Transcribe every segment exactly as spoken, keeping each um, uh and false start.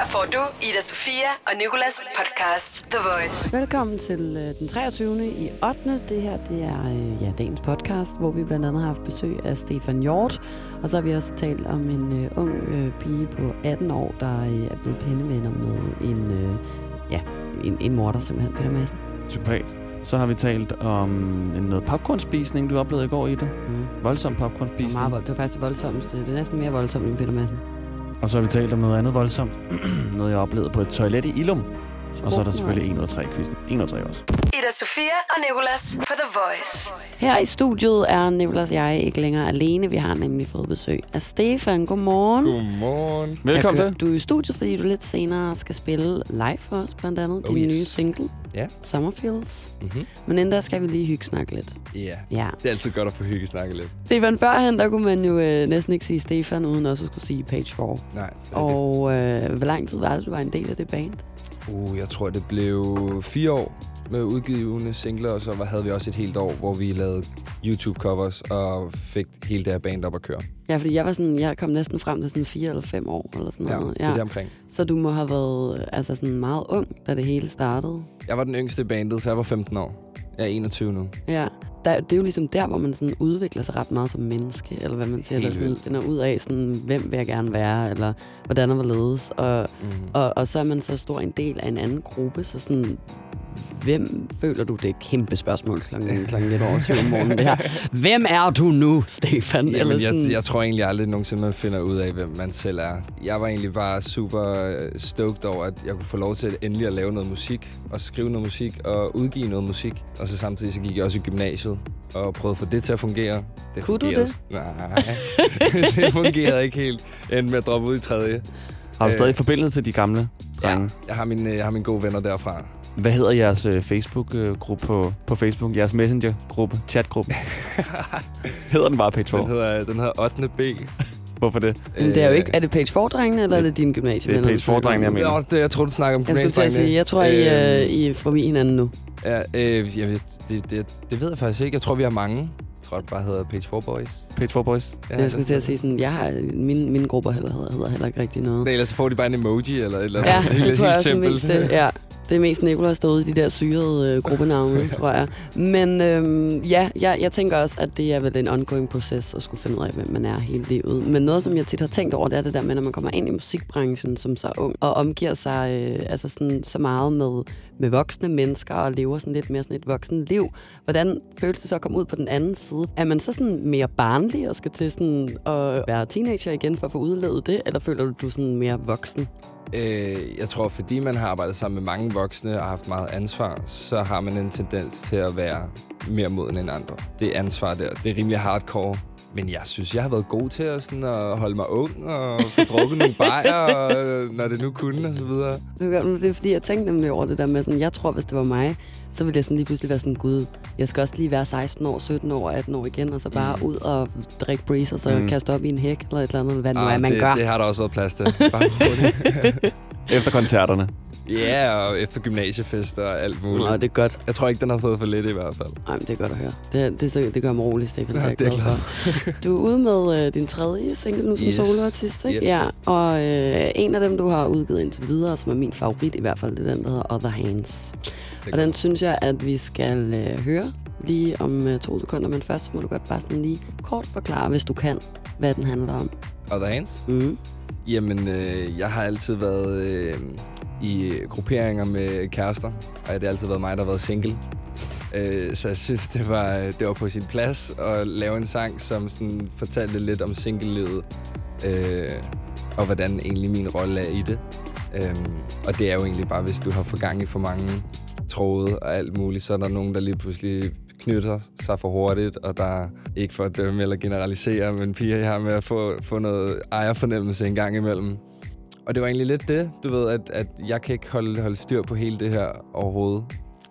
Her får du Ida Sofia og Nicolas podcast The Voice. Velkommen til øh, den treogtyvende i ottende Det her det er øh, ja, dagens podcast, hvor vi blandt andet har haft besøg af Stefan Hjort. Og så har vi også talt om en øh, ung øh, pige på atten år, der øh, er blevet pennevenner med en, øh, ja, en, en morder, simpelthen, Peter Madsen. Psykopat. Så har vi talt om noget popcornspisning, du oplevede i går, Ida. Mm. Voldsom popcornspisning. Det var meget voldsomt. Det var faktisk det voldsomste. Det er næsten mere voldsomt end Peter Madsen. Og så har vi talt om noget andet voldsomt. Noget, jeg oplevede på et toilet i Illum. Og så er der selvfølgelig en ud af tre quizzen. en ud af tre også. Ida Sofia og Nicolas på The Voice. Her i studiet er Nicolas og jeg ikke længere alene. Vi har nemlig fået besøg af Stefan. Godmorgen. Godmorgen. Velkommen til. Du er i studiet, fordi du lidt senere skal spille live for os, blandt andet. Oh, din yes. nye single, Ja. Summerfields. Mm-hmm. Men inden der skal vi lige hygge snakke lidt. Yeah. Ja. Det er altid godt at få hygge snakke lidt. Stefan, førhen, der kunne man jo øh, næsten ikke sige Stefan, uden også at skulle sige Page fire. Nej. Og øh, hvor lang tid var det, du var en del af det band? Uh, jeg tror, det blev fire år med udgivende singler, og så havde vi også et helt år, hvor vi lavede YouTube-covers og fik hele det her band op at køre. Ja, fordi jeg var sådan, jeg kom næsten frem til sådan fire eller fem år, eller sådan Ja, noget. det er det omkring. Så du må have været altså sådan meget ung, da det hele startede. Jeg var den yngste i bandet, så jeg var femten år. Jeg er enogtyve nu. Ja, der, det er jo ligesom der, hvor man sådan udvikler sig ret meget som menneske, eller hvad man siger. Helt Eller sådan, vildt. den er ud af, sådan, hvem vil jeg gerne være, eller hvordan er hvorledes. Og, Mm. og, og så er man så stor en del af en anden gruppe, så sådan... Hvem føler du, det er et kæmpe spørgsmål klokken, klokken lidt over syv om morgenen, det her. Hvem er du nu, Stefan? Jamen, Eller sådan... jeg, jeg tror egentlig aldrig nogensinde, man finder ud af, hvem man selv er. Jeg var egentlig bare super stoked over, at jeg kunne få lov til at endelig at lave noget musik, og skrive noget musik, og udgive noget musik. Og så samtidig så gik jeg også i gymnasiet, og prøvede at få det til at fungere. Det Kunne du fungerede. det? Nej, det fungerede ikke helt. Endte med at droppe ud i tredje. Har du stadig Øh, forbindet til de gamle drenge? Ja, jeg har, mine, jeg har mine gode venner derfra. Hvad hedder jeres øh, Facebook-gruppe på, på Facebook? Jeres Messenger-gruppe? Chat-gruppe? Hedder den bare Page fire? Den hedder, den hedder ottende B. Hvorfor det? Men det er jo ikke, er det Page fire-drengene, eller er det dine gymnasievenner? Det er Page fire-drengene, jeg mener. Nå, det, jeg tror, du snakker om Jeg skulle til at sige, jeg tror, I, øh, I er forbi hinanden nu. Ja, øh, jeg ved, det, det, det ved jeg faktisk ikke. Jeg tror, vi har mange. Jeg tror, det bare hedder Page fire Boys. Page fire Boys? Ja, Jeg skulle til at sige sådan, jeg har, mine, mine grupper hedder, hedder heller ikke rigtig noget. Nej, ellers så får de bare en emoji eller et eller andet. Ja, helt, det tror jeg helt også er simpelt. mest det. Ja. Det er mest Nicolas, der ude i de der syrede øh, gruppenavne, ja. tror jeg. Men øhm, ja, jeg, jeg tænker også, at det er vel en ongoing proces at skulle finde ud af, hvem man er hele livet. Men noget, som jeg tit har tænkt over, det er det der med, når man kommer ind i musikbranchen som så ung, og omgiver sig øh, altså sådan, så meget med, med voksne mennesker, og lever sådan lidt mere sådan et voksen liv. Hvordan føles det så at komme ud på den anden side? Er man så sådan mere barnlig og skal til sådan at være teenager igen for at få udlevet det, eller føler du, du sådan mere voksen? Øh, jeg tror, fordi man har arbejdet sammen med mange voksne og haft meget ansvar, så har man en tendens til at være mere moden end andre. Det ansvar der, det er rimelig hardcore. Men jeg synes, jeg har været god til at, sådan, at holde mig ung og få drukket nogle bajer, når det nu kunne og så videre. Det er fordi, jeg tænkte nemlig over det der med sådan, jeg tror, hvis det var mig, så ville jeg sådan lige pludselig være sådan, gud, jeg skal også lige være seksten år, sytten år, atten år igen, og så bare mm. ud og drikke breeze, og så mm. kaste op i en hæk, eller et eller andet, hvad det nu er, man det, gør. det har der også været plads til. Bare hurtigt. Efter koncerterne? Ja, og efter gymnasiefester og alt muligt. Nå, det er godt. Jeg tror ikke, den har fået for lidt i hvert fald. Nej, men det er godt at høre. Det, det, det, det gør mig rolig, Stefan. Ja, det er, det er glad for. Du er ude med øh, din tredje single nu som Yes. soloartist, ikke? Yep. Ja, og øh, en af dem, du har udgivet indtil videre, som er min favorit i hvert fald, det er den, der hedder Other Hands. Og den synes jeg, at vi skal øh, høre lige om øh, to sekunder, men først så må du godt bare sådan lige kort forklare, hvis du kan, hvad den handler om. Other Hands? Mm. Jamen, øh, jeg har altid været øh, i grupperinger med kærester, og det har altid været mig, der har været single. Øh, så jeg synes, det var, det var på sin plads at lave en sang, som sådan fortalte lidt om single-livet, øh, og hvordan egentlig min rolle er i det. Øh, og det er jo egentlig bare, hvis du har for gang i for mange tråde og alt muligt, så er der nogen, der lige pludselig knytter sig for hurtigt, og der er ikke for at dømme eller generalisere, men piger jeg har med at få, få noget ejerfornemmelse en gang imellem. Og det var egentlig lidt det, du ved, at, at jeg kan ikke holde, holde styr på hele det her overhovedet.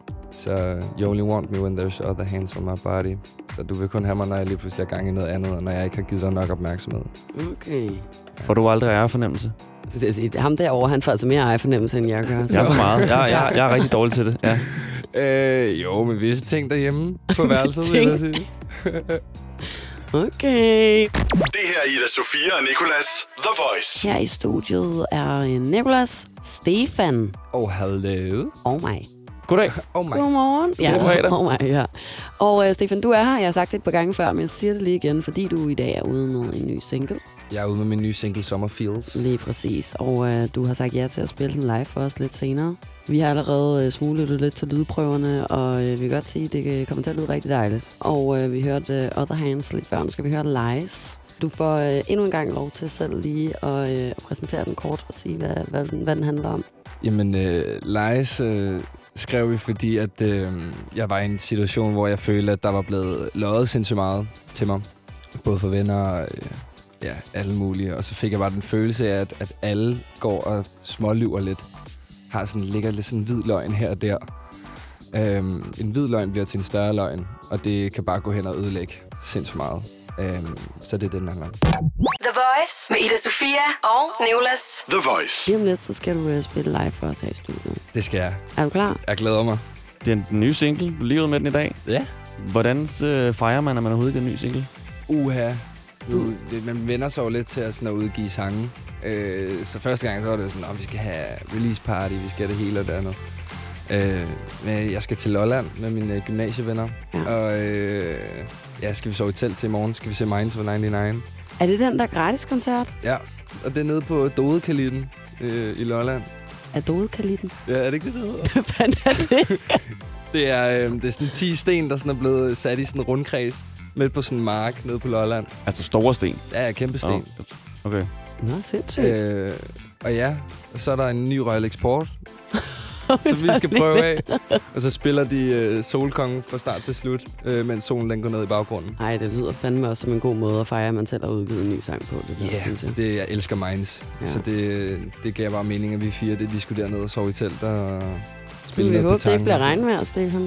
Så you only want me when there's other hands on my body. Så du vil kun have mig, når jeg lige pludselig er gang i noget andet, og når jeg ikke har givet dig nok opmærksomhed. Okay. Får du aldrig ejerfornemmelse? Så det, det, ham derovre, han får altså mere ejerfornemmelse, end jeg gør. Jeg er for meget. Jeg, jeg, jeg er rigtig dårlig til det, ja. Øh, jo, med visse ting derhjemme på værelset, vil jeg sige. Okay. Det her er Ida Sofia og Nicolas, The Voice. Her i studiet er Nicolas, Stefan Oh, hello. og mig. Goddag. Oh my. Godmorgen. Ja, God fredag. og mig, ja. Og uh, Stefan, du er her. Jeg har sagt det et par gange før, men jeg siger det lige igen, fordi du i dag er ude med en ny single. Jeg er ude med min nye single Summer Feels. Lige præcis. Og uh, du har sagt ja til at spille den live for os lidt senere. Vi har allerede uh, smuglet lidt til lydprøverne, og uh, vi kan godt sige, at det kommer til at lyde rigtig dejligt. Og uh, vi hørte uh, Other Hands lidt før. Nu skal vi høre Lies. Du får uh, endnu en gang lov til selv lige at uh, præsentere den kort og sige, hvad, hvad, den, hvad den handler om. Jamen, uh, Lies uh, skrev vi, fordi at, uh, jeg var i en situation, hvor jeg følte, at der var blevet løjet sindssygt meget til mig. Både for venner og uh, ja, alle mulige. Og så fik jeg bare den følelse af, at, at alle går og smålyver lidt. Har sådan, ligger lidt sådan en hvid løgn her og der. Um, en hvid løgn bliver til en større løgn, og det kan bare gå hen og ødelægge sindssygt meget. Um, så det er det, den handler om. The Voice med Ida Sofia og Nicolas. The Voice. Lige om lidt, så skal du uh, spille live for os her i studiet. Det skal jeg. Er du klar? Jeg glæder mig. Det er den nye single. Du er lige ude med den i dag. Ja. Hvordan øh, fejrer man, at man er ude i den nye single? Uha. Nu, det, man vender sig jo lidt til at, sådan, at udgive sange. Øh, så første gang så var det sådan, at vi skal have release party, vi skal have det hele og det andet. Øh, men jeg skal til Lolland med mine øh, gymnasievenner. Ja. Og øh, ja, skal vi sove i telt til i morgen. Skal vi se Minds for nioghalvfems. Er det den der gratis koncert? Ja, og det er nede på Dodekalitten øh, i Lolland. Er Dodekalitten? Ja, er det ikke det, det hedder? Hvad fanden er det? Det er, øh, det er sådan ti sten, der sådan er blevet sat i sådan en rundkreds. Midt på sådan en mark nede på Lolland. Altså store sten? Ja, kæmpe sten. Oh, okay. Nå, sindssygt. Øh, og ja, og så er der en ny Royal Export, som vi skal prøve af. Og så spiller de øh, Solkongen fra start til slut, øh, mens solen den går ned i baggrunden. Ej, det lyder fandme også som en god måde at fejre, at man selv har udgivet en ny sang på. Det der, Ja, synes jeg. det, jeg elsker Minds. Ja. Ja. Så det, det gav bare mening, at vi fire, det, de skulle derned og sove i telt og Så spille vi noget håber, på det ikke bliver tangen. regnvejr, Stefan.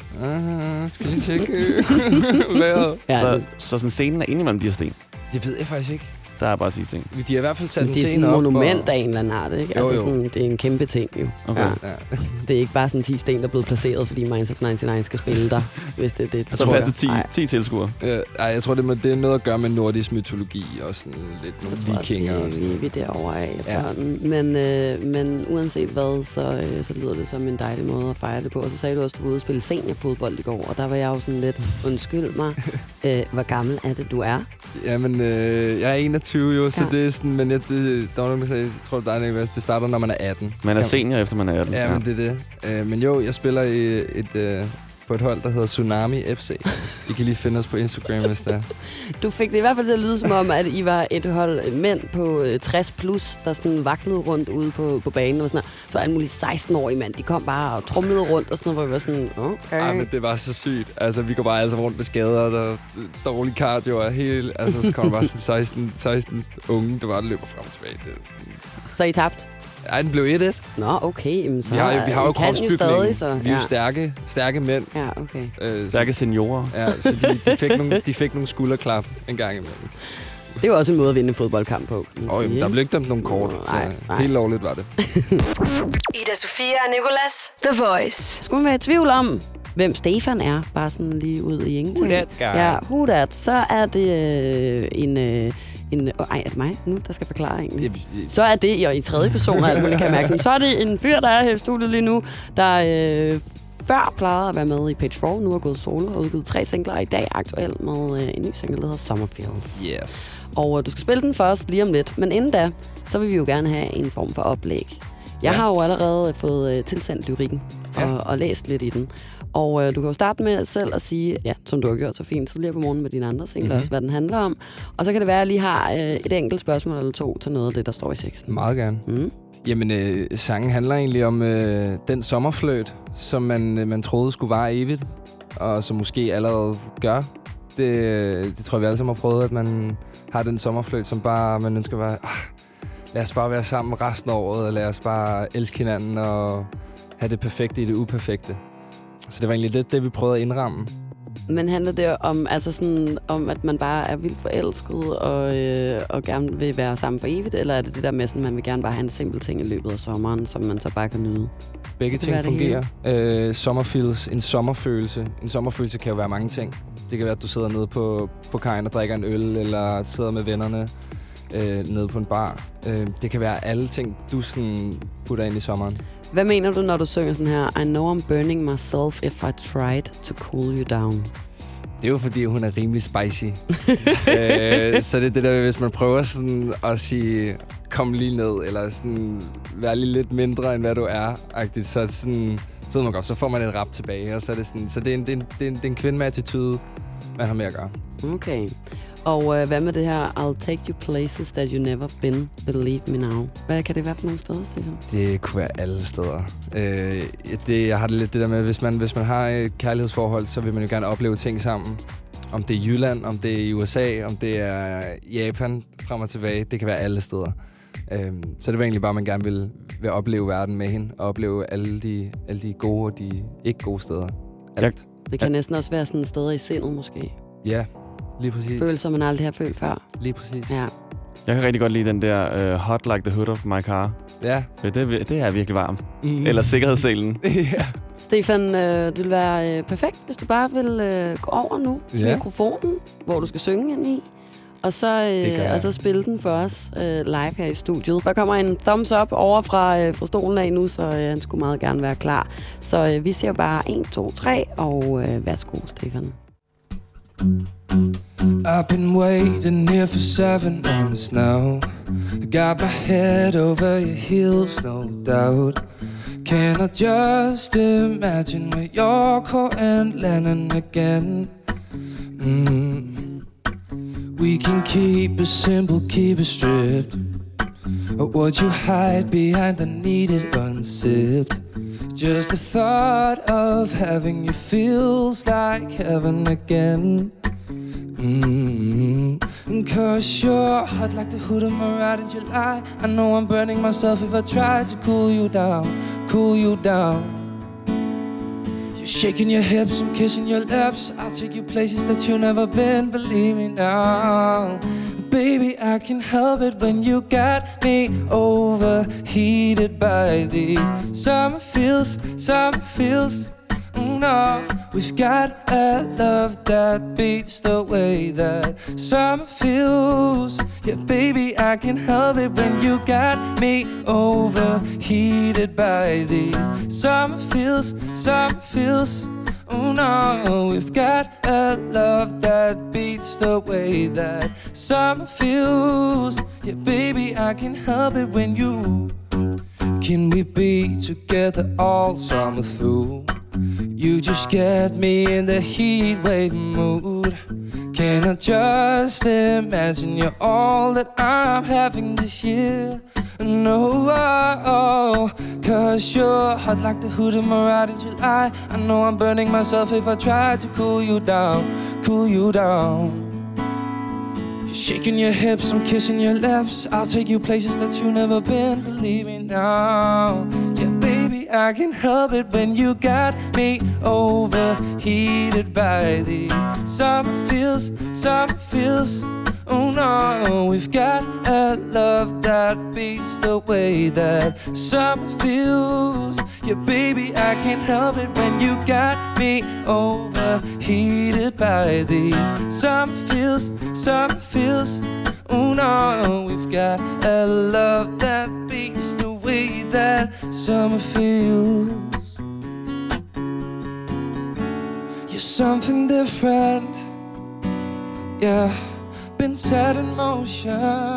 Ah, skal vi tjekke vejret? Ja, så, det, så sådan scenen er indimellem de her sten. Det ved jeg faktisk ikke. Der er bare ti sten. De har i hvert fald sat en det er sådan scene et op. monument og... af en eller anden art, ikke? Jo, Altså jo. sådan, det er en kæmpe ting, jo. Okay. Ja. Ja. Det er ikke bare sådan ti sten, der er blevet placeret, fordi Minds of nioghalvfems skal spille der, hvis det er det. Så tror plads jeg. til ti, Ej. ti tilskuere. Øh, ej, jeg tror, det, må, det er noget at gøre med nordisk mytologi og sådan lidt nogle Jeg tror også, vikinger. og vi, sådan. vi, vi er derovre af Ja. efterhånden. Men, øh, men uanset hvad, så, øh, så lyder det som en dejlig måde at fejre det på. Og så sagde du også, at du var ude og spille seniorfodbold i går, og der var jeg jo sådan lidt, undskyld mig, øh, hvor gammel er det, du er? Jamen, øh, jeg er enogtyve jo, så Ja. det er sådan, men jeg, det, der var nogen, der sagde, jeg tror, det er dig, det starter, når man er atten. Man er Kan- senior, efter man er atten. Ja, men det er det. Øh, men jo, jeg spiller i et, øh, på et hold, der hedder Tsunami F C. I kan lige finde os på Instagram, hvis det er. Du fik det i hvert fald til at lyde som om, at I var et hold mænd på øh, tres plus, der sådan vaklede rundt ude på, på banen. Og sådan noget. Så alle mulige seksten-årige mænd, de kom bare og trumlede rundt og sådan noget, hvor vi var sådan, okay. Ej, men det var så sygt. Altså, vi går bare alle sammen rundt med skader, og der dårlig cardio og hele... Altså, så kommer bare sådan seksten, seksten unge, der bare løber frem og tilbage. Det er sådan... Så I tabt? Ej, den blev et et. Nå, okay. Jamen, så Vi har, vi har jo I kan kropsbygning. stadig, så. Vi er jo Ja. stærke, stærke mænd. Ja, okay. Øh, så, Stærke seniorer. ja, så de, de, fik nogle, de fik nogle skulderklap en gang imellem. Det var også en måde at vinde en fodboldkamp på. kan man Og sige, der ikke? blev ikke dømt nogen kort, Nej, så nej. helt lovligt var det. Ida Sofia og Nicolas. The Voice. Skulle man være i tvivl om, hvem Stefan er, bare sådan lige ud i ingenting. Who that guy? Ja, who that. Så er det øh, en... Øh, en oh, ej, er det mig nu, der skal forklare egentlig? Så er det, og i tredje person, og alt muligt kan jeg mærke. Så er det en fyr, der er her i studiet lige nu, der øh, før plejede at være med i Page four, nu har gået solo og udgivet tre singler, og i dag aktuelt med øh, en ny single, der hedder Summer Feels. Yes. Og øh, du skal spille den først lige om lidt, men inden da, så vil vi jo gerne have en form for oplæg. Jeg Ja. har jo allerede fået øh, tilsendt lyrikken og, Ja. og læst lidt i den. Og øh, du kan jo starte med selv at sige, ja, som du har gjort så fint tidligere på morgenen med dine andre singler, Mhm. også hvad den handler om. Og så kan det være, at jeg lige har øh, et enkelt spørgsmål eller to til noget af det, der står i teksten. Meget gerne. Mm. Jamen, øh, sangen handler egentlig om øh, den sommerfløjt, som man, øh, man troede skulle vare evigt, og som måske allerede gør. Det, øh, det tror jeg, vi alle sammen har prøvet, at man har den sommerfløjt, som bare man ønsker at være... Ah, lad os bare være sammen resten af året, og lad os bare elske hinanden og have det perfekte i det uperfekte. Så det var egentlig lidt det, vi prøvede at indramme. Men handler det om, altså sådan, om, at man bare er vildt forelsket og, øh, og gerne vil være sammen for evigt? Eller er det det der med, at man vil gerne bare have en simpel ting i løbet af sommeren, som man så bare kan nyde? Begge Det kan ting være det fungerer. Øh, sommerfeels, en sommerfølelse. En sommerfølelse kan jo være mange ting. Det kan være, at du sidder nede på, på kajen og drikker en øl, eller sidder med vennerne øh, nede på en bar. Øh, det kan være alle ting, du sådan putter ind i sommeren. Hvad mener du, når du synger sådan her? I know I'm burning myself if I tried to cool you down. Det er jo fordi, hun er rimelig spicy. øh, så det er det der, hvis man prøver sådan at sige, kom lige ned, eller sådan, være lige lidt mindre, end hvad du er-agtigt, så, sådan, så, man godt, så får man et rap tilbage. Og så er det, sådan, så det er en, det er en, det er en, det er en kvinde med attitude, man har med at gøre. Okay. Og øh, hvad med det her? I'll take you places that you never been, believe me now. Hvad kan det være for nogle steder, Stefan? Det kunne være alle steder. Øh, det, jeg har det lidt det der med, hvis man, hvis man har et kærlighedsforhold, så vil man jo gerne opleve ting sammen. Om det er i Jylland, om det er i U S A, om det er Japan, frem og tilbage. Det kan være alle steder. Øh, så det var egentlig bare, at man gerne vil, vil opleve verden med hende, og opleve alle de, alle de gode og de ikke gode steder. Alt. Det kan næsten også være sådan steder i sindet, måske. Ja, lige præcis. Følelser, man aldrig har følt før. Lige præcis. Ja. Jeg kan rigtig godt lide den der uh, hot like the hood of my car. Ja. Det, det er virkelig varmt. Mm. Eller sikkerhedsselen. Ja. Stefan, øh, det vil være øh, perfekt, hvis du bare vil øh, gå over nu til Ja. mikrofonen, hvor du skal synge ind i, og så, øh, og så spille den for os øh, live her i studiet. Der kommer en thumbs up over fra, øh, fra stolen af nu, så øh, han skulle meget gerne være klar. Så øh, vi ser bare en, to, tre, og øh, værsgo, Stefan. I've been waiting here for seven months now. Got my head over your heels, no doubt. Can I just imagine where you're caught and landing again? Mm. We can keep it simple, keep it stripped. Or would you hide behind the needed unzipped? Just the thought of having you feels like heaven again. Mm-hmm. Cause you're hot like the hood of my ride in July. I know I'm burning myself if I try to cool you down, cool you down. You're shaking your hips, I'm kissing your lips. I'll take you places that you've never been, believe me now. Baby, I can't help it when you got me overheated by these summer feels, summer feels. No, we've got a love that beats the way that summer feels. Yeah, baby, I can't help it when you got me overheated by these summer feels, summer feels. Oh no, we've got a love that beats the way that summer feels. Yeah, baby, I can't help it when you. Can we be together all summer through? You just get me in the heat wave mood. Can I just imagine you're all that I'm having this year? No, oh, oh, cause you're hot like the hood of my ride in July. I know I'm burning myself if I try to cool you down, cool you down. You're shaking your hips, I'm kissing your lips. I'll take you places that you've never been, believe me now. Yeah, baby, I can't help it when you got me overheated by these summer feels, summer feels. Oh no, we've got a love that beats the way that summer feels. Yeah, baby, I can't help it when you got me overheated by these summer feels, summer feels. Oh no, we've got a love that beats the way that summer feels. You're something different, yeah. Been set in motion.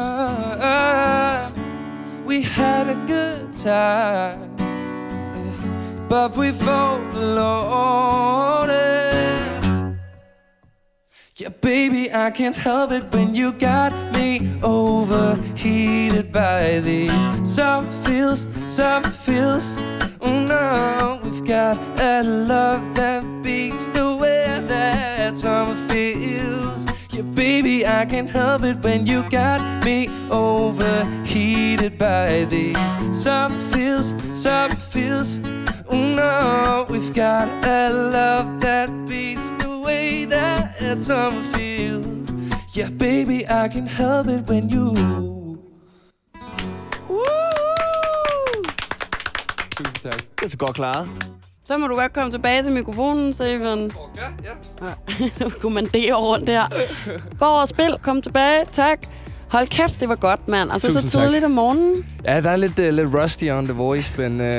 We had a good time, but we've overloaded. Yeah, baby, I can't help it when you got me overheated by these summer feels, summer feels. Oh no, we've got a love that beats the way that summer feels. Yeah, baby, I can't help it when you got me overheated by these summer feels, summer feels. Oh no, we've got a love that beats the way that summer feels. Yeah, baby, I can't help it when you. Tusind tak. Det er så godt klaret. Så må du godt komme tilbage til mikrofonen, Stefan. Ja, ja. Du kommanderer rundt der. Gå over og spil, kom tilbage, tak. Hold kæft, det var godt, mand. Og så så tidligt om morgenen. Ja, der er lidt, uh, lidt rusty on the voice, men... Uh...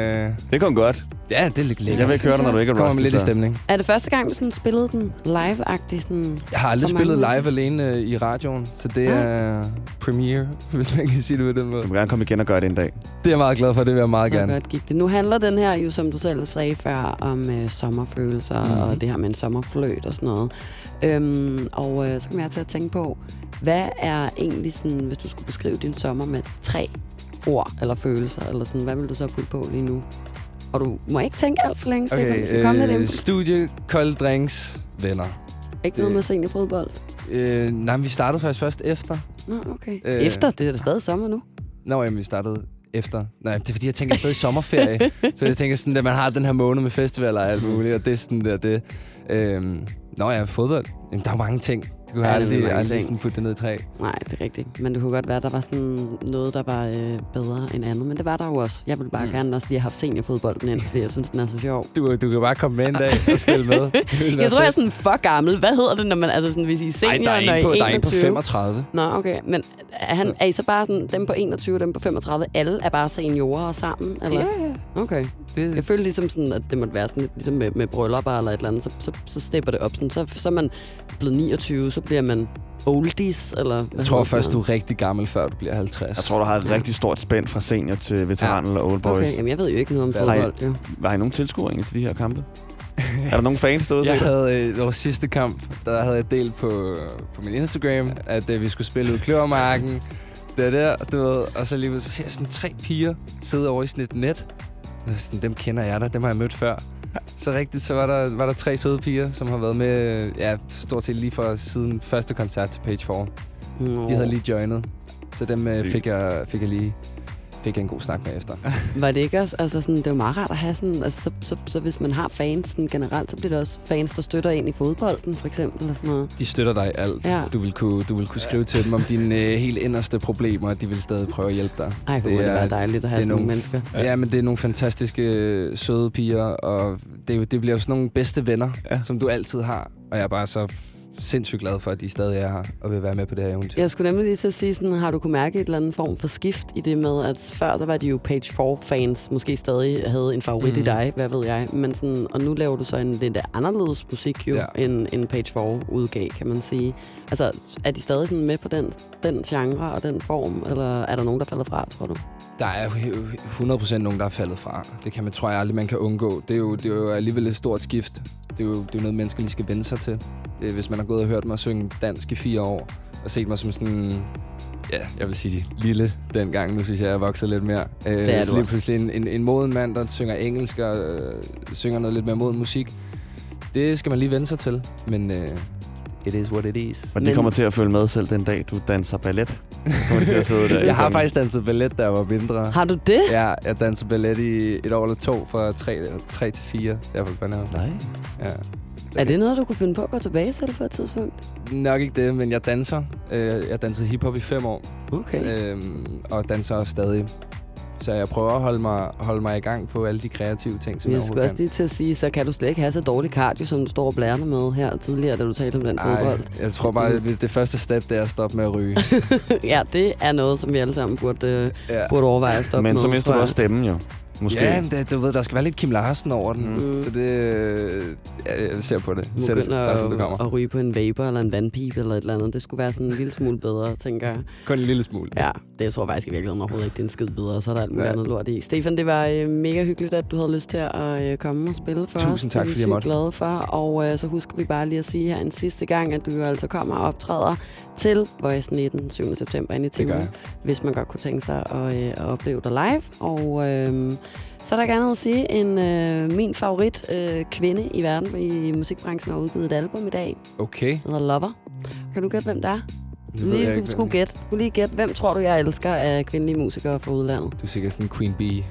Det kom godt. Ja, det er lidt lækkert. Jeg vil ikke høre dig, når du ikke er rusty. Kommer med lidt i stemning. Er det første gang, du sådan spillede den live-agtig? Sådan, jeg har aldrig spillet live alene uh, i radioen, så det ja. er premiere, hvis man kan sige det på den måde. Du må gerne komme igen og gøre det en dag. Det er jeg meget glad for, det vil jeg meget så gerne. Godt gik det. Nu handler den her jo, som du selv sagde før, om uh, sommerfølelser mm. og det her med en sommerfløjt og sådan noget. Øhm, og uh, så kommer jeg til at tænke på, hvad er egentlig sådan, hvis du skulle beskrive din sommer med tre ord eller følelser, eller sådan, hvad vil du så putte på lige nu? Og du må ikke tænke alt for længe, Stefan. Okay, så kom lidt ind. Studie, kolde drinks, venner. Ikke noget med seniorfodbold? Øh, nej, men vi startede faktisk først efter. Nå, okay. Øh, efter? Det er da stadig sommer nu. Nå, jamen, vi startede efter. Nej, det er fordi, jeg tænker stadig sommerferie. Så jeg tænker sådan, at man har den her måned med festivaler og alt muligt, og det er sådan der, det. Øhm, nå ja, fodbold. Jamen, der er jo mange ting. Du kunne ja, aldrig, aldrig sådan putte det ned i træ. Nej, det er rigtigt. Men det kunne godt være, at der var sådan noget, der var øh, bedre end andet. Men det var der jo også. Jeg ville bare mm. gerne også lige have haft seniorfodbolden ind, fordi jeg synes, den er så sjov. Du, du kan bare komme med en dag og spille med. Jeg tror, jeg er sådan for gammel. Hvad hedder det, når man altså sådan, hvis I er senior, Ej, der er en når I på, er der er en på femogtredive. Nå, okay. Men er, han, er I så bare sådan, dem på enogtyve, dem på femogtredive, alle er bare seniorer sammen? Eller? Ja, ja. Okay. Det... Jeg føler ligesom sådan, at det måtte være sådan lidt ligesom med, med bryllupper eller et eller andet. Så, så, så stepper det op. Sådan. Så, så er man blevet niogtyve, så bliver man oldies, eller... Jeg tror først, du er rigtig gammel, før du bliver halvtreds. Jeg tror, du har et rigtig stort spænd fra senior til veteran ja. eller old boys. Okay, jamen jeg ved jo ikke noget om fodbold, jo. Var I nogen tilskuere til de her kampe? Er der nogen fans derude? Jeg havde øh, vores sidste kamp, der havde jeg delt på, på min Instagram, at øh, vi skulle spille ud i Kløvermarken. Det er der, du ved, og så lige så ser jeg sådan tre piger sidde over i sådan et net. Og sådan, dem kender jeg da, dem har jeg mødt før. Så rigtigt, så var der, var der tre søde piger, som har været med, ja, stort set lige fra siden første koncert til Page four. No. De havde lige joinet, så dem øh, fik, jeg, fik jeg lige fik jeg en god snak med efter. Var det ikke også, altså sådan, det er jo meget rart at have sådan, altså så, så, så hvis man har fans sådan, generelt, så bliver det også fans, der støtter ind i fodbolden, for eksempel, eller sådan noget. De støtter dig i alt. Ja. Du vil kunne, du vil kunne skrive til dem om dine øh, helt inderste problemer, og de vil stadig prøve at hjælpe dig. Ej, det, det er være dejligt at have sådan nogle mennesker. Ja, men det er nogle fantastiske, søde piger, og det, det bliver jo sådan nogle bedste venner, ja. Som du altid har, og jeg er bare så sindssygt glad for, at de stadig er her og vil være med på det her eventyr. Jeg skulle nemlig lige til at sige, sådan, har du kunne mærke et eller andet form for skift i det med, at før der var de jo Page four-fans, måske stadig havde en favorit mm. i dig, hvad ved jeg, men sådan, og nu laver du så en lidt anderledes musik jo, ja. end en Page four udgav, kan man sige. Altså, er de stadig sådan med på den, den genre og den form, eller er der nogen, der falder fra, tror du? Der er jo hundrede procent nogen, der er faldet fra. Det kan man, tror jeg aldrig, man kan undgå. Det er jo, det er jo alligevel et stort skift. Det er jo, det er jo noget, mennesker lige skal vende sig til. Det, hvis man har gået og hørt mig synge dansk i fire år, og set mig som sådan, ja, jeg vil sige lille dengang. Nu synes jeg, jeg er vokset lidt mere. Det er så lige pludselig en, en, en moden mand, der synger engelsk og øh, synger noget lidt mere moden musik. Det skal man lige vende sig til. Men øh, it is what it is. Og de kommer til at følge med selv den dag, du danser ballet. Til at sidde der. Jeg har faktisk danset ballet, da jeg var mindre. Har du det? Ja, jeg dansede ballet i et år eller to, fra tre til fire. Der var bare Nej. Ja. Er det noget, du kunne finde på at gå tilbage til på et tidspunkt? Nok ikke det, men jeg danser. Jeg dansede hiphop i fem år. Okay. Øhm, og danser også stadig. Så jeg prøver at holde mig, holde mig i gang på alle de kreative ting, som jeg, jeg skulle også lige til at sige, så kan du slet ikke have så dårlig cardio, som du står og blærende med her tidligere, da du talte om den Ej, fodbold. Jeg tror bare, at det første step, det er at stoppe med at ryge. Ja, det er noget, som vi alle sammen burde, ja. burde overveje at stoppe med. Men så mister du også stemmen jo. Måske. Ja, det, du ved, der skal være lidt Kim Larsen over den. Mm. Så det... Ja, jeg ser på det. Du ser det så, at, som det kommer. at ryge på en vapor eller en vandpipe eller et eller andet. Det skulle være sådan en lille smule bedre, tænker jeg. Kun en lille smule. Ja, det jeg tror faktisk i virkeligheden overhovedet ikke, det er en skid bedre. Så er der alt muligt ja. andet lort i. Stefan, det var øh, mega hyggeligt, at du havde lyst til at øh, komme og spille for Tusind os. Tusind tak, fordi jeg måtte. Det er vi glade for. Og øh, så husker vi bare lige at sige her en sidste gang, at du jo altså kommer og optræder til Voice nitten syvende september inde i Tivoli. Hvis man godt kunne tænke sig at, øh, at opleve dig live. Og... Øh, Så er der gerne at sige, en øh, min favorit øh, kvinde i verden i musikbranchen har udgivet et album i dag. Okay. Den hedder Lover. Kan du gætte, hvem der er? Det ved jeg ikke. Du skulle gætte. Du lige gætte, hvem tror du, jeg elsker af kvindelige musikere fra udlandet? Du er sikkert sådan Queen Bee.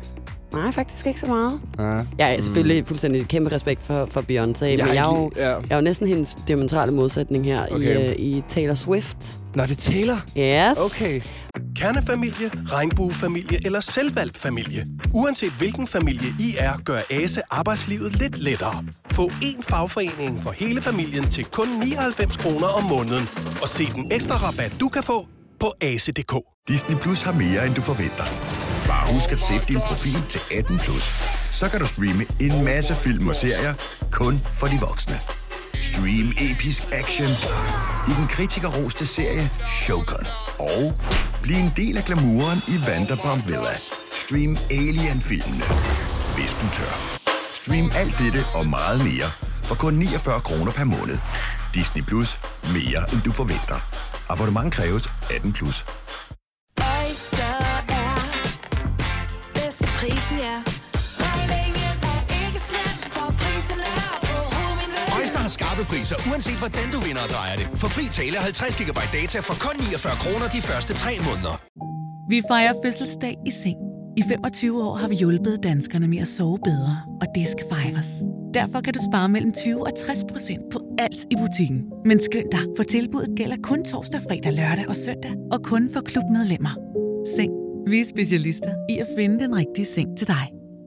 Nej, faktisk ikke så meget. Ja. Jeg er selvfølgelig fuldstændig kæmpe respekt for, for Beyoncé, Jeg men har jeg er, ikke jo, lige- ja. jeg er jo næsten hendes diametrale modsætning her Okay. i, uh, i Taylor Swift. Nå, det Taylor? Yes. Okay. Kernefamilie, regnbuefamilie eller selvvalgt familie. Uanset hvilken familie I er, gør Ase arbejdslivet lidt lettere. Få én fagforening for hele familien til kun nioghalvfems kroner om måneden. Og se den ekstra rabat, du kan få på ase punktum d k. Disney Plus har mere, end du forventer. Bare husk at sætte din profil til atten plus. Så kan du streame en masse film og serier kun for de voksne. Stream episk action i den kritikerroste serie Shogun. Og bliv en del af glamouren i Vanderpump Villa. Stream Alien-filmene, hvis du tør. Stream alt dette og meget mere for kun niogfyrre kroner per måned. Disney Plus. Mere, end du forventer. Abonnement kræves atten plus. Oyster er bedst til prisen, ja. Regningen er ikke slem, for prisen er på hovedet. Oyster har skarpe priser, uanset hvordan du vinder og drejer det. For fri tale halvtreds gigabyte data for kun niogfyrre kroner de første tre måneder. Vi fejrer fødselsdag i seng. I femogtyve år har vi hjulpet danskerne med at sove bedre, og det skal fejres. Derfor kan du spare mellem tyve og tres procent på alt i butikken. Men skynd dig, for tilbuddet gælder kun torsdag, fredag, lørdag og søndag, og kun for klubmedlemmer. Seng. Vi er specialister i at finde den rigtige seng til dig.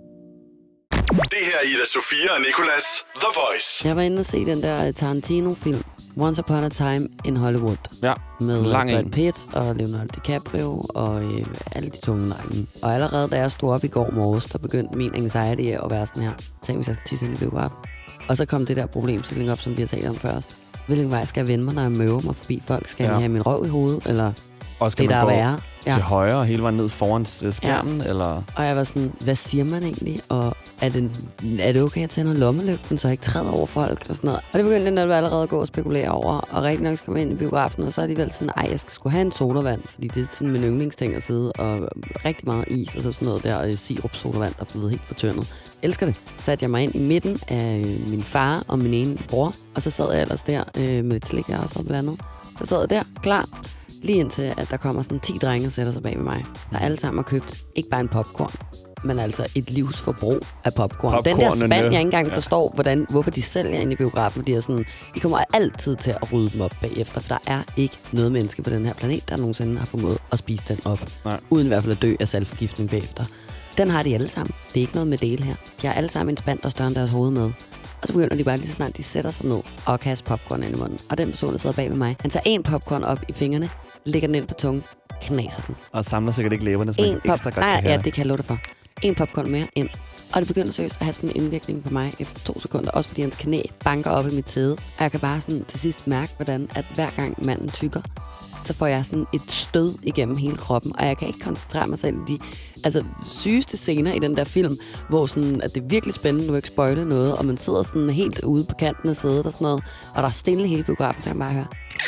Det her er Ida Sofia og Nicolas, The Voice. Jeg var inde og se den der Tarantino-film, Once Upon a Time in Hollywood. Ja, med lang Brad en. Pitt og Leonardo DiCaprio og øh, alle de tunge navne. Og allerede da jeg stod op i går morges, der begyndte min anxiety at være sådan her. Tænk, hvis jeg skal tisse ind i biografen. Og så kom det der problemstilling op, som vi har talt om først. Hvilken vej skal jeg vende mig, når jeg møver mig forbi folk? Skal jeg Ja. have min røv i hovedet, eller Og skal det, der man er gå værre? Ja. til højre og hele vejen ned foran øh, skærmen? Ja. Eller? Og jeg var sådan, hvad siger man egentlig? Og er det, er det okay, at jeg tænder lommelygten, så jeg ikke træder over folk og sådan noget? Og det begyndte den der allerede at gå og spekulere over. Og rigtig nok skal man ind i biografen, og så er de vel sådan, ej, jeg skal sgu have en sodavand, fordi det er sådan min yndlingsting at sidde, og rigtig meget is, og så sådan noget der øh, sirup sodavand, der er blevet helt fortyndet. Elsker det. Så satte jeg mig ind i midten af øh, min far og min ene bror, og så sad jeg ellers der øh, med lidt slik, jeg også havde blandet. Så sad jeg der, klar. Lige indtil, at der kommer sådan ti drenge og sætter sig bag ved mig. Der alle sammen har købt ikke bare en popcorn, men altså et livsforbrug af popcorn. Den der spand, jeg ikke engang ja. forstår, hvordan, hvorfor de sælger ind i biografen. De er sådan, I kommer altid til at rydde dem op bagefter, for der er ikke noget menneske på den her planet, der nogensinde har formået at spise den op. Nej. Uden i hvert fald at dø af saltforgiftning bagefter. Den har de alle sammen. Det er ikke noget med del her. De har alle sammen en spand, der er større end deres hoved med. Og så begynder de bare lige så snart, de sætter sig ned og kaster popcorn ind i munden. Og den person, der sidder bag ved mig, han tager en popcorn op i fingrene, lægger den ind på tungen, knaser den. Og samler sikkert ikke læberne, så man pop- ekstra godt Nej, kan ja, det kan jeg love dig for. En popcorn mere ind. Og det begynder seriøst at have sådan en indvirkning på mig efter to sekunder. Også fordi hans knæ banker op i mit sæde. Og jeg kan bare sådan til sidst mærke, hvordan at hver gang manden tykker, så får jeg sådan et stød igennem hele kroppen, og jeg kan ikke koncentrere mig selv i de altså, sygeste scener i den der film, hvor sådan, at det er virkelig spændende, nu ikke spoile noget, og man sidder sådan helt ude på kanten af sædet og sådan noget, og der er stille hele biografen, så jeg kan bare høre.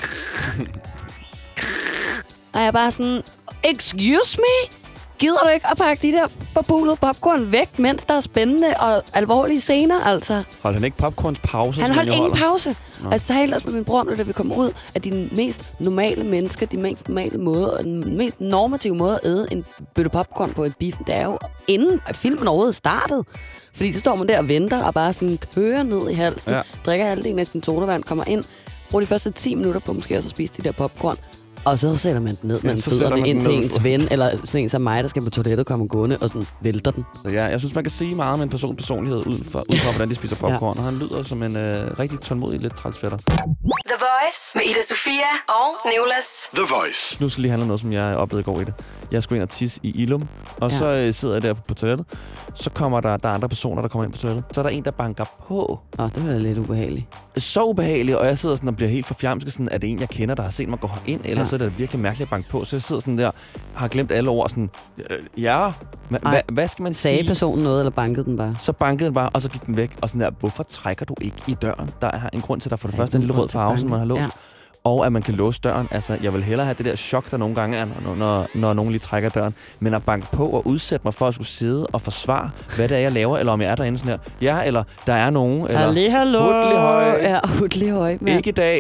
Og jeg er bare sådan, excuse me? Gider du ikke at pakke de der forbulede popcorn væk, mens der er spændende og alvorlige scener, altså? Holdt han ikke popcorns pause? Han holdt ingen holder? pause. Nå. Altså, der talte også med min bror, når vi kom ud, at de mest normale mennesker, de mest normale måder, den mest normative måde at æde en bøtte popcorn på et biffen, det er jo inden filmen overhovedet startede. Fordi så står man der og venter og bare sådan kører ned i halsen, ja. drikker halvdelen af sin sodavand, kommer ind, bruger de første ti minutter på måske også at spise de der popcorn. Og så sætter man den ned med ja, fødderne ind til ens ven, eller sådan en som mig, der skal på toilettet, komme gående og sådan vælter den. Så ja, jeg synes, man kan sige meget om en persons personlighed ud fra, ud fra hvordan de spiser popcorn. Ja. Og han lyder som en øh, rigtig tålmodig, lidt trælsfætter. The Voice med Ida Sofia og Nicolas. The Voice. Nu skal lige handle om noget, som jeg oplevede i går i det. Jeg skulle ind og tisse i Ilum, og ja. så øh, sidder jeg der på toilettet. Så kommer der, der er andre personer, der kommer ind på toilettet. Så er der en, der banker på. Åh, det var da lidt ubehageligt. Så ubehageligt, og jeg sidder sådan og bliver helt forfjamsket. Sådan, er det en, jeg kender, der har set mig gå ind, eller ja. så er det virkelig mærkeligt at banke på. Så jeg sidder sådan der, har glemt alle ord, sådan, ja, hva, hva, hvad skal man sige? Sagde personen noget, eller bankede den bare? Så bankede den bare, og så gik den væk. Og sådan der, hvorfor trækker du ikke i døren? Der er en grund til, at der for det første en lille rød farve, som man har låst. Ja. Og at man kan låse døren. Altså, jeg vil hellere have det der chok, der nogle gange er, når, når, når nogen lige trækker døren. Men at banke på og udsætte mig for at skulle sidde og forsvare, hvad det er, jeg laver, eller om jeg er derinde sådan her. Ja, eller der er nogen, eller Halli, hallo. hudlig høj. Ja, hudlig høj. Ikke i dag.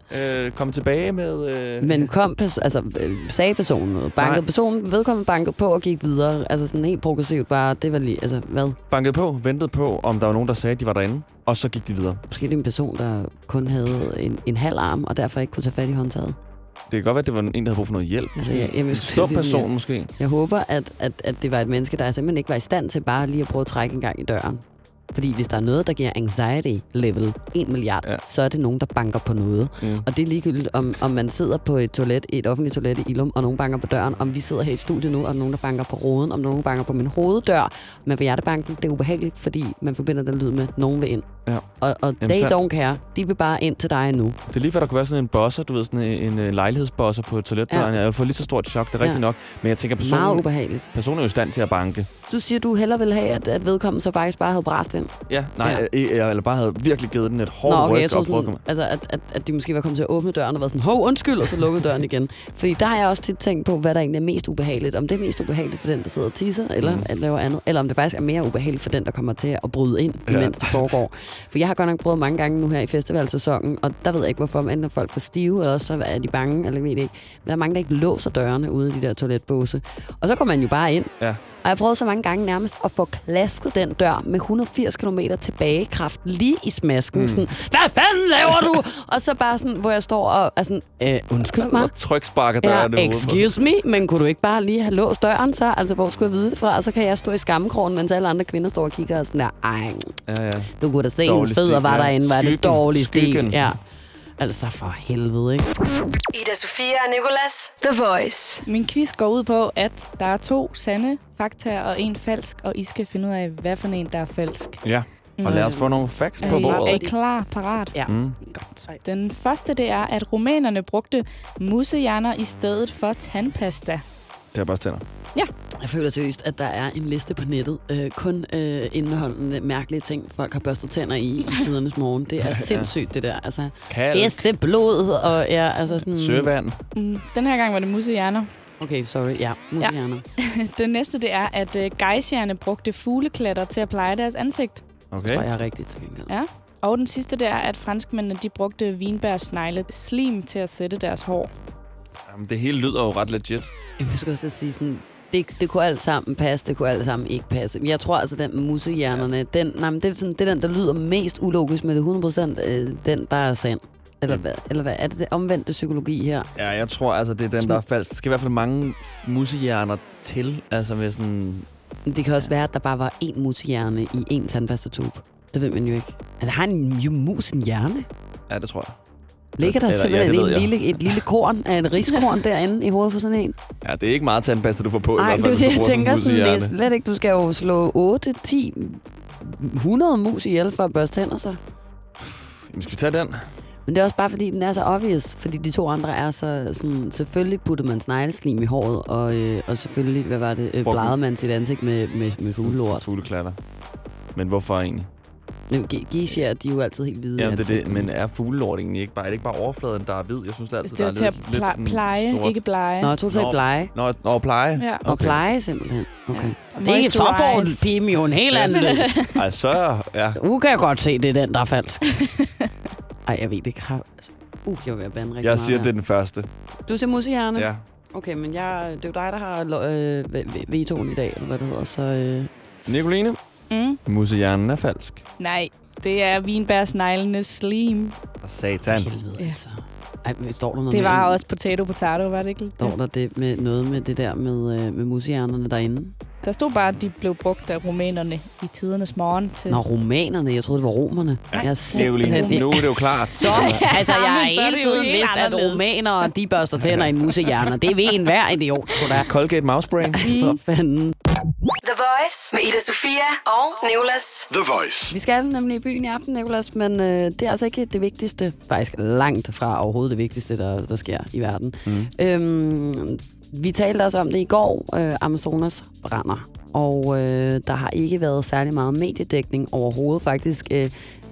Øh, kom tilbage med... Øh... Men kom, pers- altså, øh, sagde personen noget? Bankede personen, vedkommende bankede på og gik videre? Altså sådan helt progressivt bare, det var lige, altså hvad? Bankede på, ventede på, om der var nogen, der sagde, at de var derinde, og så gik de videre. Måske det er en person, der kun havde en, en halv arm, og derfor ikke kunne tage fat i håndtaget. Det kan godt være, at det var en, der havde brug for noget hjælp. Altså, jeg, jeg, en stor person ja. måske. Jeg håber, at, at, at det var et menneske, der simpelthen ikke var i stand til bare lige at prøve at trække en gang i døren. Fordi hvis der er noget, der giver anxiety level en milliard, ja. så er det nogen, der banker på noget. Mm. Og det er ligegyldigt, om, om man sidder på et toilet, et offentligt toilet i Ilum, og nogen banker på døren. Om vi sidder her i studiet nu, og nogen, der banker på roden. Om nogen banker på min hoveddør. Men ved hjertebanken, det er ubehageligt, fordi man forbinder den lyd med, nogen vil ind. Ja. Og, og Jamen, they så... don't care. De vil bare ind til dig nu. Det er lige før, der kunne være sådan en bosser, du ved, sådan en, en lejlighedsbosser på toiletdøren. Ja. Jeg får lige så stort chok, det er rigtigt ja. nok. Men jeg tænker, personen, meget ubehageligt. Personen er jo i stand til at banke. Du siger, du hellere vil have, at, at vedkommende så faktisk bare havde bræst ind. Ja, nej, ja. eller bare havde virkelig givet den et hårdt Nå, okay, ryg. Jeg tror sådan, altså, at, at, at de måske var kommet til at åbne døren og været sådan, hov, undskyld, og så lukkede døren igen. Fordi der har jeg også tit tænkt på, hvad der egentlig er mest ubehageligt. Om det er mest ubehageligt for den, der sidder og tisser, eller mm. at laver andet. Eller om det faktisk er mere ubehageligt for den, der kommer til at bryde ind, ja. imens det foregår. For jeg har godt nok prøvet mange gange nu her i festivalsæsonen, og der ved jeg ikke, hvorfor, om enten folk får stive, eller også så er de bange, eller ved det ikke. Men der er mange, der ikke låser dørene ude i de der toiletbåse. Og så går man jo bare ind. Ja. Og jeg har prøvet så mange gange nærmest at få klasket den dør med et hundrede og firs kilometer tilbagekraft lige i smasken. Mm. Sådan, hvad fanden laver du? Og så bare sådan, hvor jeg står og er sådan, øh, undskyld mig. Tryksparker døren. Ja, excuse me, men kunne du ikke bare lige have låst døren så? Altså, hvor skulle jeg vide det fra? Og så kan jeg stå i skammekrogen, mens alle andre kvinder står og kigger og sådan der, ej, ja, ja. du kunne da se, hendes fødder var ja. derinde, var det dårlig stil. Ja. Altså for helvede, ikke? Ida Sofia og Nicolas, The Voice. Min quiz går ud på, at der er to sande faktaer og en falsk, og I skal finde ud af, hvad for en, der er falsk. Ja, og lad os få nogle facts på bordet. Er I klar, parat? Ja. Mm. Godt. Den første, det er, at rumænerne brugte musehjerner i stedet for tandpasta. Det er bare tænder. Ja. Jeg føler seriøst, at der er en liste på nettet. Øh, kun øh, indeholdende mærkelige ting, folk har børstet tænder i i tidernes morgen. Det er sindssygt, det der. Altså, heste, blod og ja, altså sådan... Søvand. Mm, den her gang var det musehjerner. Okay, sorry. Ja, musehjerner. Ja. Den næste, det er, at uh, gejsjerne brugte fugleklatter til at pleje deres ansigt. Okay. Det tror jeg er rigtigt til gengæld. Ja. Og den sidste, det er, at franskmændene, de brugte vinbærsnegle slim til at sætte deres hår. Jamen, det hele lyder jo ret legit. Jeg skal også sige sådan... Det, det kunne alt sammen passe, det kunne alt sammen ikke passe. Men jeg tror altså, den med musehjernerne, den, nej, men det, er sådan, det er den, der lyder mest ulogisk, med det hundrede procent øh, den, der er sand. Eller hvad? Eller hvad? Er det det omvendte psykologi her? Ja, jeg tror altså, det er den, der er falsk. Der skal i hvert fald mange musehjerner til. Altså med sådan... Det kan også være, at der bare var én musehjerne i én tandpastatube. Det ved man jo ikke. Altså, har en mus en hjerne? Ja, det tror jeg. Ligger der simpelthen ja, et, lille, et lille korn af en riskorn derinde i hovedet for sådan en? Ja, det er ikke meget tandpasta, du får på. Ej, i hvert fald, du, hvis du jeg tænker sådan, det er slet ikke. Du skal jo slå otte, ti, hundrede mus ihjel for at børste tænder sig. Jamen, skal vi tage den? Men det er også bare, fordi den er så obvious. Fordi de to andre er så sådan... Selvfølgelig putter man snegleslim i håret, og, øh, og selvfølgelig, hvad var det, øh, blegede man sit ansigt med, med, med fuglelort. Fugleklatter. Men hvorfor egentlig? Geisha, de er jo altid helt hvide. Ja, det er det. Men er fuglelort egentlig ikke bare... Er det ikke bare overfladen, der er hvid? Jeg synes, det er altid, det er der er til lidt, at pl- lidt pleje, sort. ikke blege. Nå, jeg tror, det er blege. Nå, nå, pleje? Ja. Okay. Og pleje, simpelthen. Okay. Ja. Det er ikke så for en pime, jo en helt anden lyd. Ej, så... Ja. Nu kan jeg godt se, det er den, der er falsk. Ej, jeg ved det ikke. Uh, jeg vil være bande rigtig Jeg meget siger, her. det er den første. Du siger musehjerne? Ja. Okay, men jeg, det er jo dig, der har øh, vetoen i dag, eller hvad det hedder, så... Øh... Nicoline? Mm. Musehjernen er falsk. Nej, det er vinbærsneglenes slim. Og satan. Helvede, altså. Ej, står der noget det var med, også potato potato, var det ikke lidt? Står der det med noget med det der med, øh, med musehjernerne derinde? Der stod bare, at de blev brugt af rumænerne i tidernes morgen. Til... Nå, rumænerne. Jeg troede, det var romerne. Ja, jeg simpelthen... Nu er det jo klart. Så, altså, jeg har hele tiden vidst, at rumænere, de børster tænder i musehjerner. Det ved en hver idiot, tror jeg. Colgate Mouse Brain. For fanden. The Voice med Ida Sofia og Nicolas. The Voice. Vi skal nemlig i byen i aften, Nicolas, men øh, det er altså ikke det vigtigste. Faktisk langt fra overhovedet det vigtigste, der, der sker i verden. Mm. Øhm, vi talte også om det i går. Øh, Amazonas brænder. Og øh, der har ikke været særlig meget mediedækning overhovedet. Faktisk øh,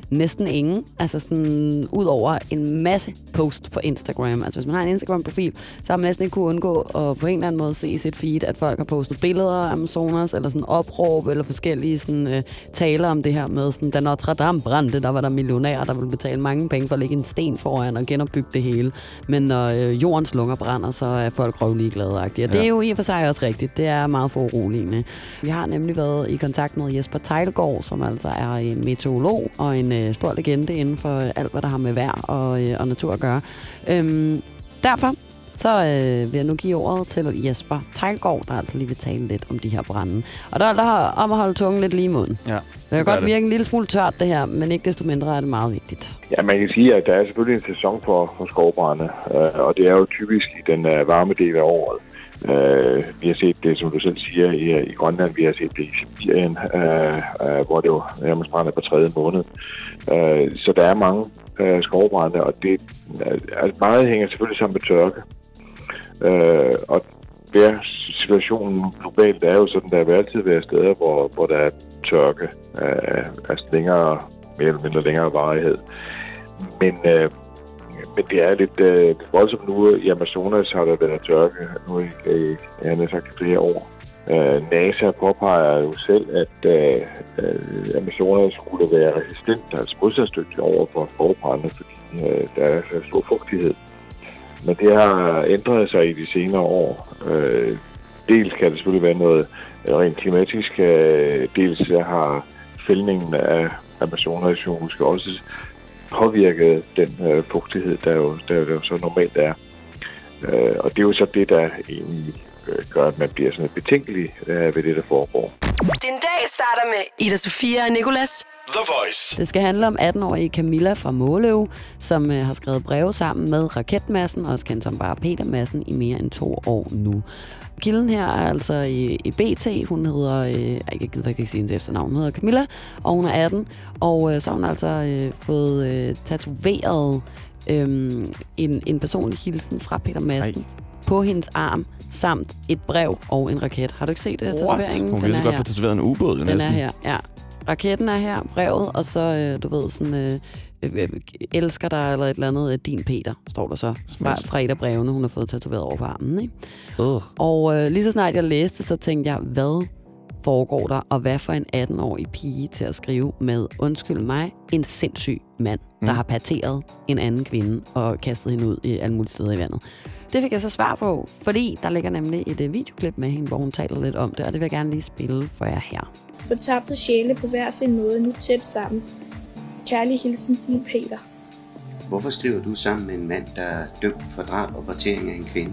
næsten ingen. Altså sådan ud over en masse post på Instagram. Altså hvis man har en Instagram-profil, så har man næsten ikke kunne undgå at på en eller anden måde se i sit feed, at folk har postet billeder af Amazonas, eller sådan opråb, eller forskellige sådan, øh, taler om det her med, sådan, da Notre Dame brændte, der var der millionærer, der ville betale mange penge for at lægge en sten foran og genopbygge det hele. Men når øh, jordens lunger brænder, så er folk røvlige glade-agtige. Og det er jo i og for sig også rigtigt. Det er meget foruroligende. Vi har nemlig været i kontakt med Jesper Teglgaard, som altså er en meteorolog og en øh, stor legende inden for alt, hvad der har med vejr og, øh, og natur at gøre. Øhm, derfor så øh, vil jeg nu give ordet til Jesper Teglgaard, der altså lige vil tale lidt om de her brænde. Og der er der om at holde tungen lidt lige i munden. Ja, det kan godt det. virke en lille smule tørt, det her, men ikke desto mindre er det meget vigtigt. Ja, man kan sige, at der er selvfølgelig en sæson for, for skovbrænde, øh, og det er jo typisk i den øh, varme del af året. Uh, vi har set det, som du selv siger, i, i Grønland. Vi har set det i Sibirien, uh, uh, hvor det jo nærmest brænder på tredje måned. Uh, så der er mange uh, skovbrænde, og det uh, meget hænger selvfølgelig sammen med tørke. Uh, og vejrsituationen globalt er jo sådan, der vil altid være steder, hvor, hvor der er tørke, uh, altså længere, mere eller mindre længere varighed. Men uh, Men det er lidt øh, voldsomt nu. I Amazonas har der været tørke nu i, øh, jeg har sagt, flere år. Øh, NASA påpeger jo selv, at øh, øh, Amazonas skulle være resistent, altså modstandsdygtig over for skovbrænde, fordi øh, der er så stor fugtighed. Men det har ændret sig i de senere år. Øh, dels kan det selvfølgelig være noget rent klimatisk. Øh, dels har fældningen af Amazonas jo måske også påvirke den øh, fugtighed, der jo, der jo så normalt er. Øh, og det er jo så det, der egentlig øh, gør, at man bliver sådan betænkelig øh, ved det, der foregår. Den dag starter med Ida Sofia og Nicolas. The Voice. Det skal handle om atten-årige Camilla fra Måløv, som øh, har skrevet breve sammen med Raketmassen, også kendt som bare Peter Madsen, i mere end to år nu. Kilden her er altså i, i B T. Hun hedder, øh, jeg kan ikke, jeg kan ikke sige hendes efternavn, hun hedder Camilla, og hun er atten. Og øh, så har hun altså øh, fået øh, tatoveret øh, en, en personlig hilsen fra Peter Madsen Ej. på hendes arm, samt et brev og en raket. Har du ikke set det her tatoveringen? Hun kan lige så godt få tatoveret en ubåd. Den næsten. er her, ja. Raketten er her, brevet, og så, øh, du ved, sådan... Øh, elsker dig, eller et eller andet, din Peter, står der så, fra, fra et af brevene, hun har fået tatoveret over på armen, ikke? Uh. Og øh, lige så snart jeg læste, så tænkte jeg, hvad foregår der, og hvad for en atten-årig pige til at skrive med, undskyld mig, en sindssyg mand, mm. der har parteret en anden kvinde og kastet hende ud i alle mulige steder i vandet. Det fik jeg så svar på, fordi der ligger nemlig et uh, videoklip med hende, hvor hun taler lidt om det, og det vil jeg gerne lige spille for jer her. Fortabte sjæle på hver sin måde, nu tæt sammen. Kærlig hilsen, din Peter. Hvorfor skriver du sammen med en mand, der er dømt for drab og partering af en kvinde?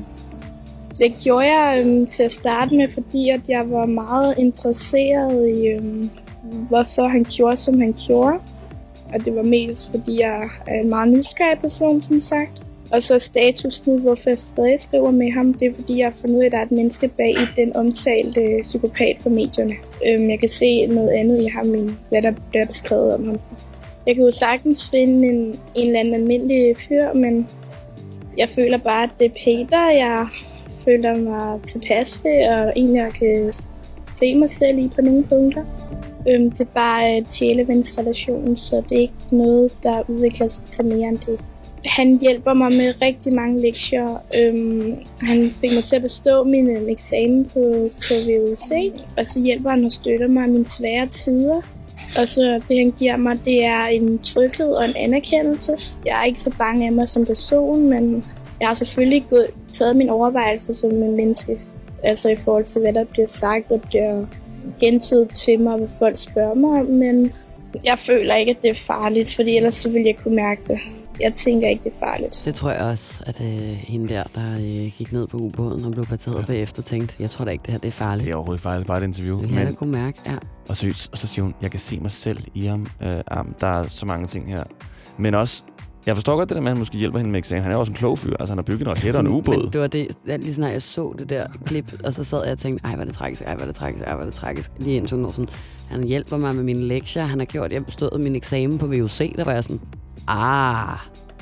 Det gjorde jeg øhm, til at starte med, fordi at jeg var meget interesseret i, øhm, hvorfor han gjorde, som han gjorde. Og det var mest, fordi jeg er en meget nysgerrig person, som sagt. Og så status nu, hvorfor jeg stadig skriver med ham, det er fordi, jeg har fundet ud af, at der er et menneske bag i den omtalte psykopat for medierne. Øhm, jeg kan se noget andet i ham, end hvad der bliver beskrevet om ham. Jeg kan jo sagtens finde en, en eller anden almindelig fyr, men jeg føler bare, at det er Peter, jeg føler mig tilpas ved, og en, jeg kan se mig selv i på nogle punkter. Øhm, det er bare et sjælevendsrelation, så det er ikke noget, der udvikler sig til mere end det. Han hjælper mig med rigtig mange lektier. Øhm, han fik mig til at bestå min øhm, eksamen på, på V U C, og så hjælper han og støtter mig i mine svære tider. Og så det, han giver mig, det er en tryghed og en anerkendelse. Jeg er ikke så bange af mig som person, men jeg har selvfølgelig gået, taget min overvejelse som en menneske. Altså i forhold til, hvad der bliver sagt og bliver gentydet til mig, hvad folk spørger mig om. Men jeg føler ikke, at det er farligt, fordi ellers så ville jeg kunne mærke det. Jeg tænker ikke, det er farligt. Det tror jeg også, at øh, hende der, der øh, gik ned på ubåden og blev parteret ja. bagefter, tænkte, jeg tror da ikke, det her det er farligt. Det er overhovedet farligt, bare et interview. Det kan jeg kunne mærke, ja. Og så, og så siger hun, jeg kan se mig selv i ham. Øh, der er så mange ting her. Men også, jeg forstår godt det der med, at han måske hjælper hende med eksamen. Han er også en klog fyr. Altså, han har bygget en raket og en ubåd. Men det var det, lige sådan, jeg så det der klip, og så sad jeg og tænkte, ej, hvad er det tragisk, ej, hvad er det tragisk, ej, hvad er det tragisk. Lige indtil hun sådan, han hjælper mig med mine lektier, han har gjort, jeg bestod min eksamen på V U C, der var jeg sådan, ah...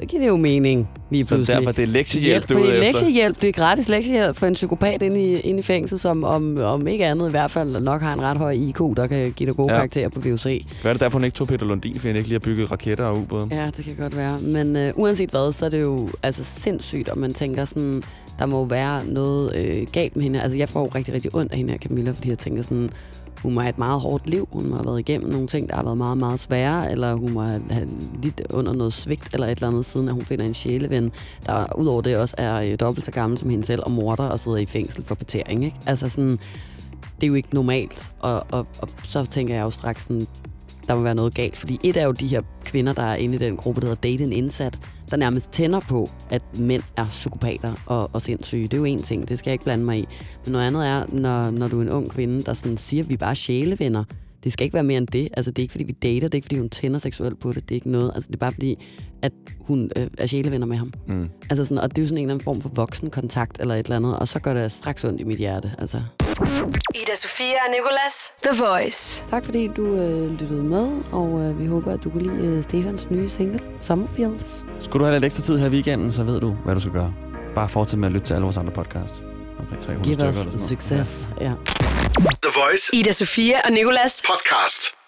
så giver det jo mening. Vi så pludselig. derfor det er lektiehjælp, du er ude efter? Det er lektiehjælp. Det er gratis lektiehjælp for en psykopat inde i, inde i fængsel, som om, om ikke andet i hvert fald nok har en ret høj I Q, der kan give dig gode ja. karakterer på V U C. Hvad er det derfor, hun ikke tog Peter Lundin, fordi han ikke lige har bygget raketter og ubåde? Ja, det kan godt være. Men øh, uanset hvad, så er det jo altså sindssygt, og man tænker sådan, der må være noget øh, galt med hende. Altså jeg får jo rigtig, rigtig ondt af hende her, Camilla, fordi jeg tænker sådan, hun må have et meget hårdt liv. Hun må have været igennem nogle ting, der har været meget, meget svære, eller hun må have lidt under noget svigt eller et eller andet, siden at hun finder en sjæleven, der udover det også er øh, dobbelt så gammel som hende selv, og morder og sidder i fængsel for betæring, ikke? Altså sådan, det er jo ikke normalt. Og, og, og så tænker jeg jo straks sådan, der må være noget galt. Fordi et er jo de her kvinder, der er inde i den gruppe, der hedder Date en Indsat, der nærmest tænder på, at mænd er psykopater og, og sindssyge. Det er jo en ting, det skal jeg ikke blande mig i. Men noget andet er, når, når du er en ung kvinde, der sådan siger, at vi er bare sjælevenner. Det skal ikke være mere end det. Altså, det er ikke, fordi vi dater. Det er ikke, fordi hun tænder seksuelt på det. Det er ikke noget. Altså, det er bare fordi, at hun øh, er sjælevenner med ham. Mm. Altså sådan, og det er jo sådan en eller anden form for voksen kontakt eller et eller andet. Og så gør det straks ondt i mit hjerte. Altså. Ida Sofia og Nicolas, The Voice. Tak fordi du øh, lyttede med, og øh, vi håber, at du kunne lide øh, Stefans nye single, Summerfields. Skulle du have lidt ekstra tid her i weekenden, så ved du, hvad du skal gøre. Bare fortsæt med at lytte til alle vores andre podcast. Omkring tre hundrede Giv stykker os eller sådan noget. succes, ja. The Voice. Ida Sofia og Nicolas Podcast.